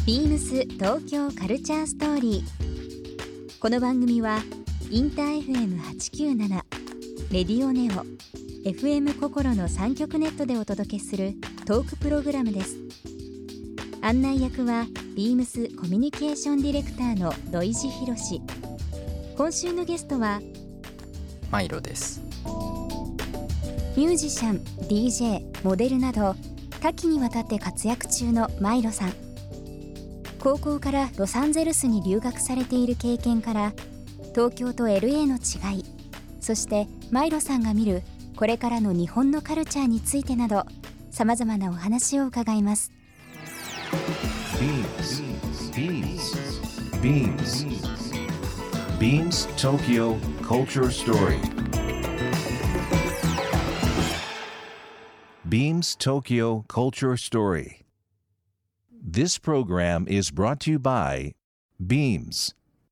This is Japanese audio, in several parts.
ビームス東京カルチャーストーリー。この番組はインター FM897 レディオネオ FM 心の3極ネットでお届けするトークプログラムです。案内役はビームスコミュニケーションディレクターの土井博志。今週のゲストはマイロです。 ミュージシャン、DJ、モデルなど多岐にわたって活躍中のマイロさん。高校からロサンゼルスに留学されている経験から東京と LA の違い、そしてマイロさんが見るこれからの日本のカルチャーについてなどさまざまなお話を伺います。 Beams Tokyo Culture Story. Beams Tokyo Culture Story. This program is brought to you by Beams.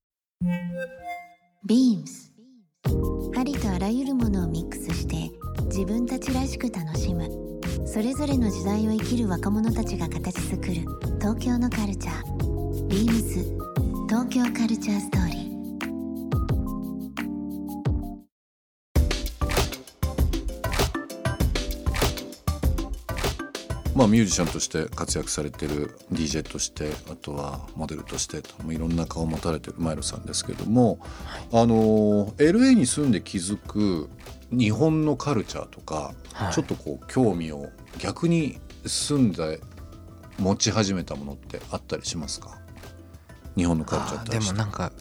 Beams ありとあらゆるものをミックスして自分たちらしく楽しむ、それぞれの時代を生きる若者たちが形作る東京のカルチャー。 Beams 東京カルチャーストーリー。 ミュージシャンとして活躍されてる DJ として、あとはモデルとしてと、いろんな顔を持たれてるマイロさんですけども、LA に住んで気づく日本のカルチャーとか、ちょっとこう興味を逆に住んで持ち始めたものってあったりしますか？日本のカルチャーって。 でもなんか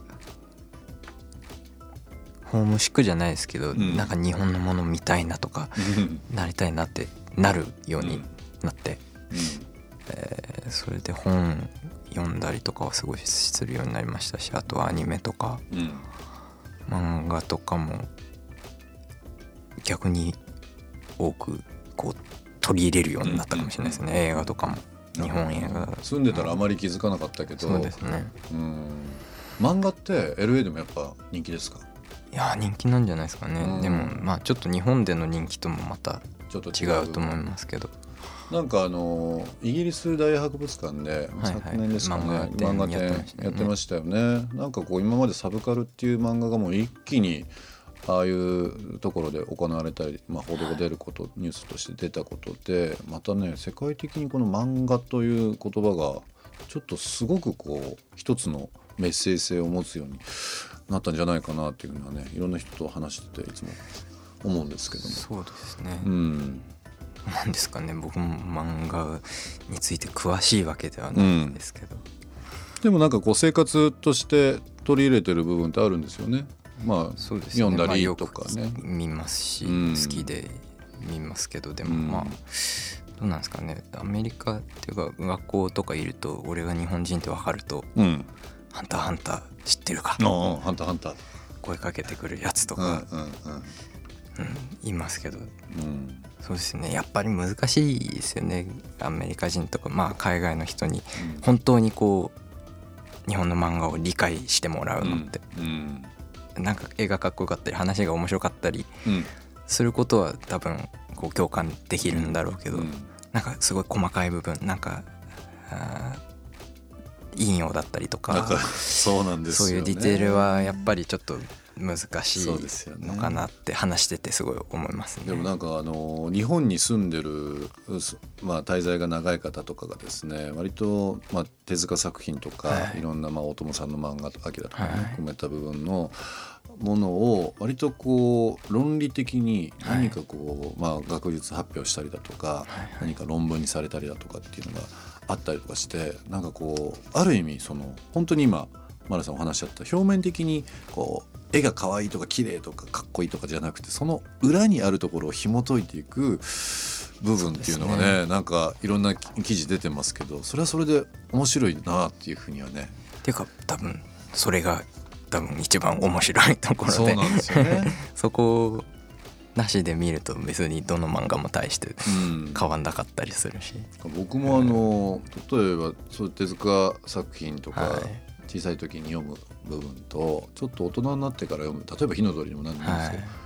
ホームシックじゃないですけど、なんか日本のもの見たいなとかなりたいなってなるようになって、それで本読んだりとかはすごいするようになりましたし、あとはアニメとか、漫画とかも逆に多くこう取り入れるようになったかもしれないですね。映画とかも日本映画住んでたらあまり気づかなかったけど、 そうですね。 漫画って LA でもやっぱ人気ですか？ いや人気なんじゃないですかね。でもちょっと日本での人気ともまたちょっと違うと思いますけど、 なんかイギリス大博物館で昨年ですかね、漫画展やってましたよね。なんかこう今までサブカルっていう漫画がもう一気にああいうところで行われたり、報道が出ること、ニュースとして出たことで、またね世界的にこの漫画という言葉がちょっとすごくこう一つのメッセージ性を持つようになったんじゃないかなっていうのはね、いろんな人と話してていつも思うんですけども。 そうですね。なんですかね、僕も漫画について詳しいわけではないんですけど、 でもなんかこう生活として取り入れてる部分ってあるんですよね。 そうですね、 読んだりとかね、 よく見ますし、好きで見ますけど、でもどうなんですかね、アメリカっていうか学校とかいると俺が日本人って分かると、ハンターハンター知ってるか、 ハンターハンター声かけてくるやつとか、いますけど、そうですね、やっぱり難しいですよね。アメリカ人とか、海外の人に本当にこう日本の漫画を理解してもらうのって、なんか絵がかっこよかったり話が面白かったりすることは多分こう共感できるんだろうけど、なんかすごい細かい部分、なんか引用だったりとか、 そうなんですよね、 そういうディテールはやっぱりちょっと難しいのかなって話しててすごい思いますね。 でもなんか日本に住んでる、滞在が長い方とかがですね、割と手塚作品とか、いろんな大友さんの漫画とかアキラとかね、含めた部分のものを割とこう論理的に何かこう、学術発表したりだとか、何か論文にされたりだとかっていうのがあったりとかして、なんかこうある意味その本当に今マラさんお話しあった表面的にこう絵が可愛いとか綺麗とかかっこいいとかじゃなくて、その裏にあるところを紐解いていく部分っていうのが ね、なんかいろんな記事出てますけど、それはそれで面白いなっていうふうにはね。 っていうか多分それが一番面白いところで、 そうなんですよねそこなしで見ると別にどの漫画も大して変わんなかったりするし、 僕も例えばそう手塚作品とか、小さい時に読む部分とちょっと大人になってから読む、例えば火の鳥にもなんですけど、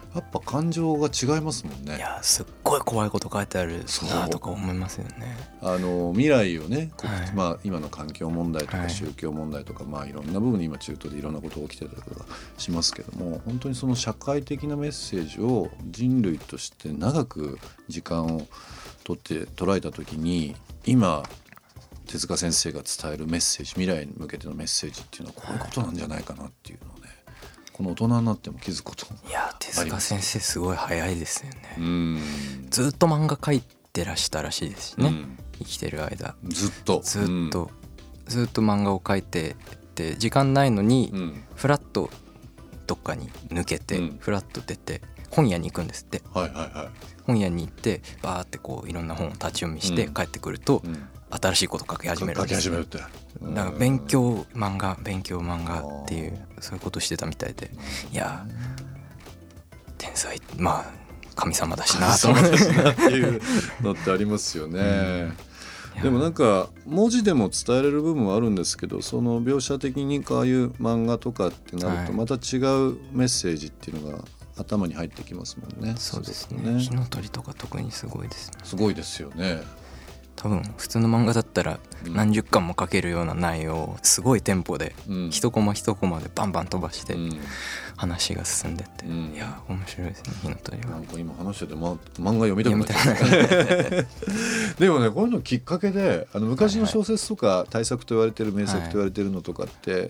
やっぱ感情が違いますもんね。 いやすっごい怖いこと書いてあるなとか思いますよね。 未来をね、 はい、 今の環境問題とか宗教問題とか、いろんな部分に今中東でいろんなことが起きてたりとかしますけども、本当にその社会的なメッセージを人類として長く時間をとって捉えた時に、今手塚先生が伝えるメッセージ、未来に向けてのメッセージっていうのはこういうことなんじゃないかなっていうのをね、この大人になっても気づくこと。 いや手塚先生すごい早いですよね。ずっと漫画描いてらしたらしいですしね、生きてる間ずっと漫画を描いてて、時間ないのにフラッとどっかに抜けて、フラッと出て本屋に行くんですって、本屋に行ってバーってこういろんな本を立ち読みして帰ってくると、新しいこと書き始めるんですよ。だから勉強漫画っていう、そういうことしてたみたいで、いや天才、神様だしなと思ってっていうのってありますよね。でもなんか文字でも伝えれる部分はあるんですけど、その描写的にああいう漫画とかってなるとまた違うメッセージっていうのが頭に入ってきますもんね。 そうですね。火の鳥とか特にすごいですね。 すごいですよね。 多分普通の漫画だったら何十巻も書けるような内容をすごいテンポで一コマ一コマでバンバン飛ばして話が進んでて、いや面白いですね、火の鳥は。 なんか今話してて、漫画読みたくなっちゃうでもね、こういうのきっかけで昔の小説とか大作と言われてる名作と言われてるのとかって、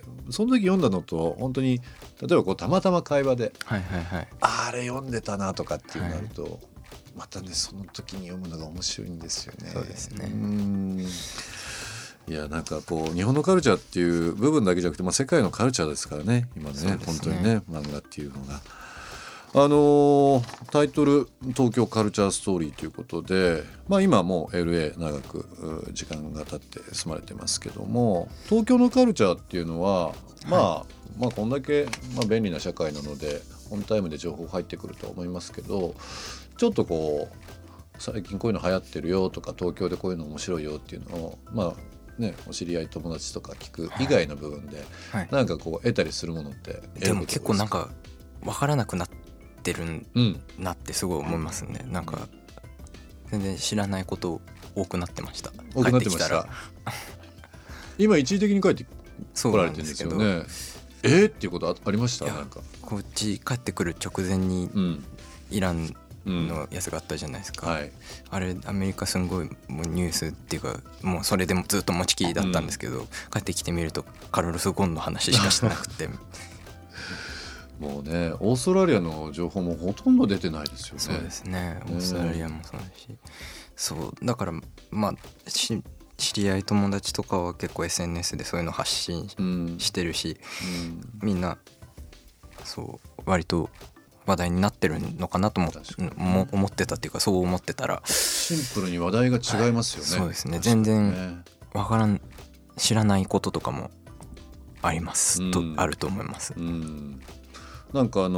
その時読んだのと本当に例えばこうたまたま会話で、あれ読んでたなとかっていうのがあると、またねその時に読むのが面白いんですよね。 そうですね。 いやなんかこう日本のカルチャーっていう部分だけじゃなくて、世界のカルチャーですからね今ね、本当にね漫画っていうのが。タイトル東京カルチャーストーリーということで、今もう LA 長く時間が経って住まれてますけども、東京のカルチャーっていうのはこんだけ便利な社会なのでオンタイムで情報入ってくると思いますけど、ちょっとこう最近こういうの流行ってるよとか、東京でこういうの面白いよっていうのをお知り合い友達とか聞く以外の部分で、なんかこう得たりするものって、 でも結構なんか分からなくなってるなってすごい思いますね。なんか全然知らないこと多くなってました。 多くなってました。今一時的に帰って来られてるんですよね。っていうことありました？なんかこっち帰ってくる直前にイランのやつがあったじゃないですか、あれアメリカすごいもうニュースっていうか、もうそれでもずっと持ちきりだったんですけど、帰ってきてみるとカルロス・ゴーンの話しかしてなくてもうねオーストラリアの情報もほとんど出てないですよね。 そうですね、オーストラリアもそうだし、そうだから知り合い友達とかは結構 SNS でそういうの発信してるし、みんなそう割と話題になってるのかなと思ってたっていうか、そう思ってたらシンプルに話題が違いますよね。 そうですね、全然知らないこととかもありますあると思います。 なんか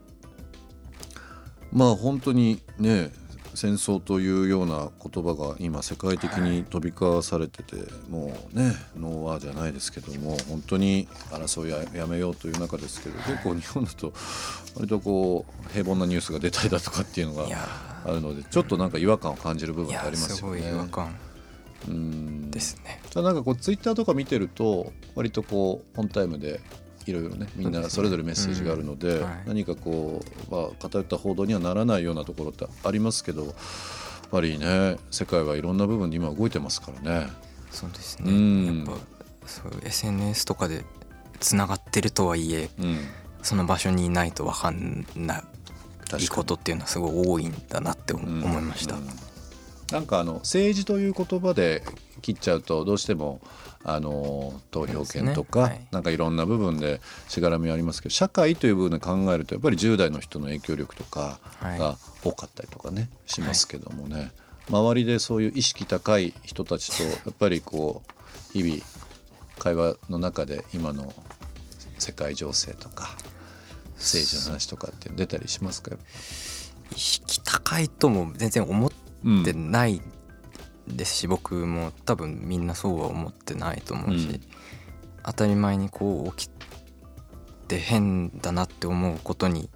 本当にね戦争というような言葉が今世界的に飛び交わされてて、もうねノーワーじゃないですけども、本当に争いやめようという中ですけど、結構日本だと割とこう平凡なニュースが出たりだとかっていうのがあるので、ちょっとなんか違和感を感じる部分ってありますよね。 すごい違和感ですね。 ただなんかこうツイッターとか見てると割とこうオンタイムでいろいろねみんなそれぞれメッセージがあるので、何かこう偏った報道にはならないようなところってありますけど、やっぱりね世界はいろんな部分で今動いてますからね。 そうですね、やっぱそういう SNS とかでつながってるとはいえ、その場所にいないと分かんないことっていうのはすごい多いんだなって思いました。 なんか政治という言葉で切っちゃうとどうしても投票権とか、なんかいろんな部分でしがらみありますけど、社会という部分で考えるとやっぱり10代の人の影響力とかが多かったりとかねしますけどもね、周りでそういう意識高い人たちとやっぱりこう日々会話の中で今の世界情勢とか政治の話とかって出たりしますか？ 意識高いとも全然思ってないですし、僕も多分みんなそうは思ってないと思うし、当たり前にこう起きて変だなって思うことに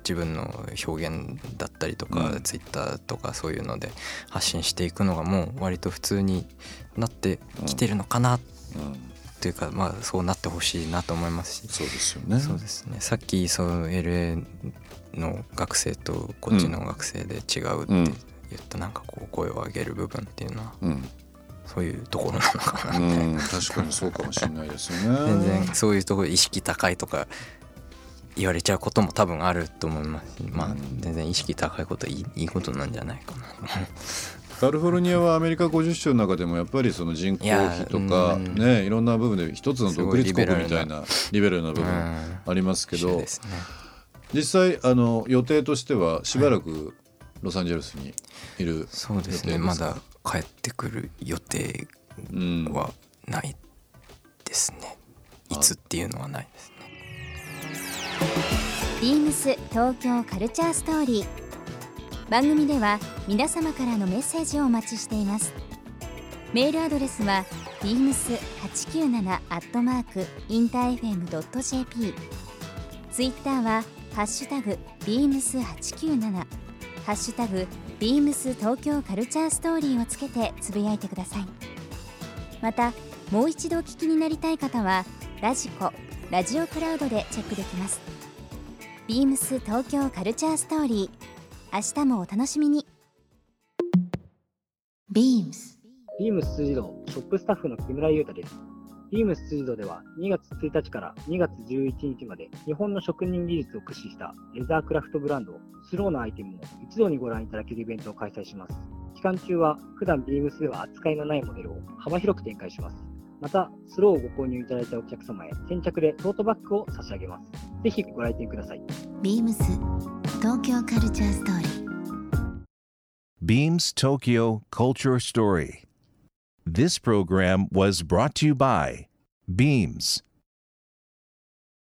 自分の表現だったりとか、ツイッターとかそういうので発信していくのがもう割と普通になってきてるのかなというか、まあそうなってほしいなと思いますし。 そうですよね。 そうですね。さっきそう LA の学生とこっちの学生で違うって言ったなんかこう声を上げる部分っていうのは、そういうところなのかなみたいな。 確かにそうかもしれないですよね。 全然そういうところ意識高いとか言われちゃうことも多分あると思いますし、まあ全然意識高いことはいいことなんじゃないかな。 カリフォルニアはアメリカ50州の中でもやっぱりその人口比とかね、いろんな部分で一つの独立国みたいなリベラルな部分ありますけど、実際予定としてはしばらくロサンゼルスにいる予定ですか？ そうですね。まだ帰ってくる予定はないですね。いつっていうのはないですね。 ビームス東京カルチャーストーリー。番組では皆様からのメッセージをお待ちしています。メールアドレスは beams897@interfm.jp。 ツイッターはハッシュタグ beams897、ハッシュタグビームス東京カルチャーストーリーをつけてつぶやいてください。またもう一度お聞きになりたい方はラジコ、ラジオクラウドでチェックできます。ビームス東京カルチャーストーリー、明日もお楽しみに。 ビームス辻堂ショップスタッフの木村優太です。ビームス辻堂では2月1日から2月11日まで日本の職人技術を駆使したレザークラフトブランドスローのアイテムを一度にご覧いただけるイベントを開催します。期間中は普段ビームスでは扱いのないモデルを幅広く展開します。またスローをご購入いただいたお客様へ先着でトートバッグを差し上げます。ぜひご来店ください。 ビームス東京カルチャーストーリー。 Beams Tokyo Culture Story. This program was brought to you by Beams.